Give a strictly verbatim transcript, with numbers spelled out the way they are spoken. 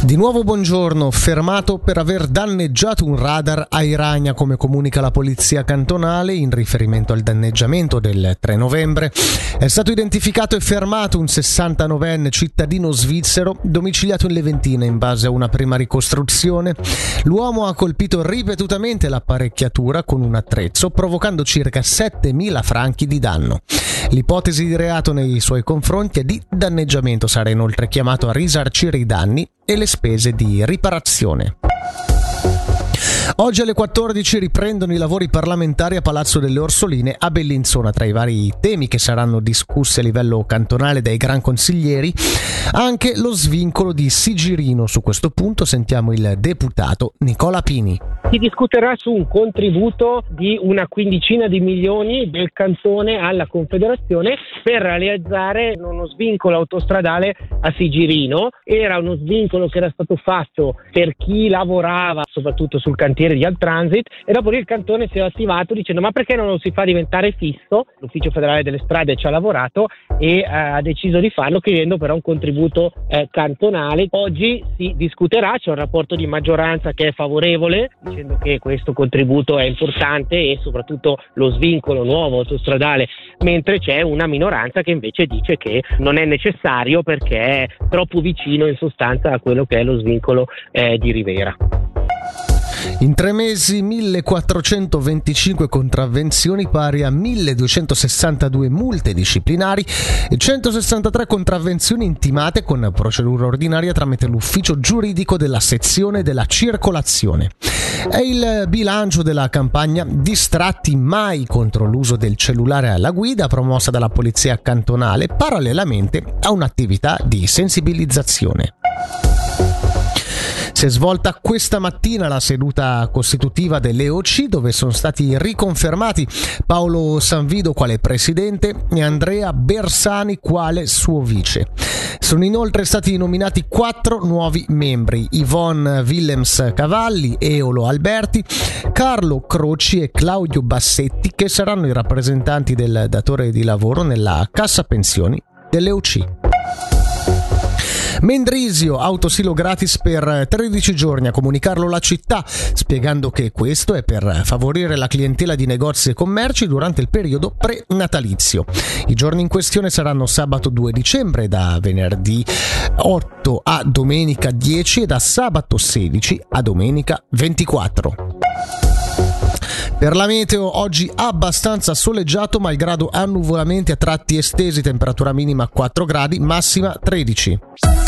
Di nuovo buongiorno, fermato per aver danneggiato un radar a Iragna, come comunica la polizia cantonale in riferimento al danneggiamento del tre novembre. È stato identificato e fermato un sessantanovenne cittadino svizzero domiciliato in Leventina in base a una prima ricostruzione. L'uomo ha colpito ripetutamente l'apparecchiatura con un attrezzo, provocando circa settemila franchi di danno. L'ipotesi di reato nei suoi confronti è di danneggiamento. Sarà inoltre chiamato a risarcire i danni e le spese di riparazione. Oggi alle quattordici riprendono i lavori parlamentari a Palazzo delle Orsoline a Bellinzona. Tra i vari temi che saranno discussi a livello cantonale dai gran consiglieri, anche lo svincolo di Sigirino. Su questo punto sentiamo il deputato Nicola Pini. Si discuterà su un contributo di una quindicina di milioni del cantone alla Confederazione per realizzare uno svincolo autostradale a Sigirino. Era uno svincolo che era stato fatto per chi lavorava soprattutto sul cantiere di Altransit, e dopo il cantone si è attivato dicendo: ma perché non lo si fa diventare fisso? L'Ufficio Federale delle Strade ci ha lavorato e eh, ha deciso di farlo, chiedendo però un contributo eh, cantonale. Oggi si discuterà, c'è un rapporto di maggioranza che è favorevole, dicendo che questo contributo è importante e soprattutto lo svincolo nuovo autostradale, mentre c'è una minoranza che invece dice che non è necessario perché è troppo vicino in sostanza a quello che è lo svincolo eh, di Rivera. In tre mesi millequattrocentoventicinque contravvenzioni pari a milleduecentosessantadue multe disciplinari e centosessantatré contravvenzioni intimate con procedura ordinaria tramite l'ufficio giuridico della sezione della circolazione. È il bilancio della campagna Distratti mai contro l'uso del cellulare alla guida, promossa dalla polizia cantonale parallelamente a un'attività di sensibilizzazione. Si è svolta questa mattina la seduta costitutiva dell'E O C, dove sono stati riconfermati Paolo Sanvido quale presidente e Andrea Bersani quale suo vice. Sono inoltre stati nominati quattro nuovi membri: Yvonne Willems Cavalli, Eolo Alberti, Carlo Croci e Claudio Bassetti, che saranno i rappresentanti del datore di lavoro nella cassa pensioni dell'E O C. Mendrisio, autosilo gratis per tredici giorni, a comunicarlo la città, spiegando che questo è per favorire la clientela di negozi e commerci durante il periodo pre-natalizio. I giorni in questione saranno sabato due dicembre da venerdì otto a domenica dieci e da sabato sedici a domenica ventiquattro. Per la meteo, oggi abbastanza soleggiato, malgrado annuvolamenti a tratti estesi, temperatura minima quattro gradi, massima tredici.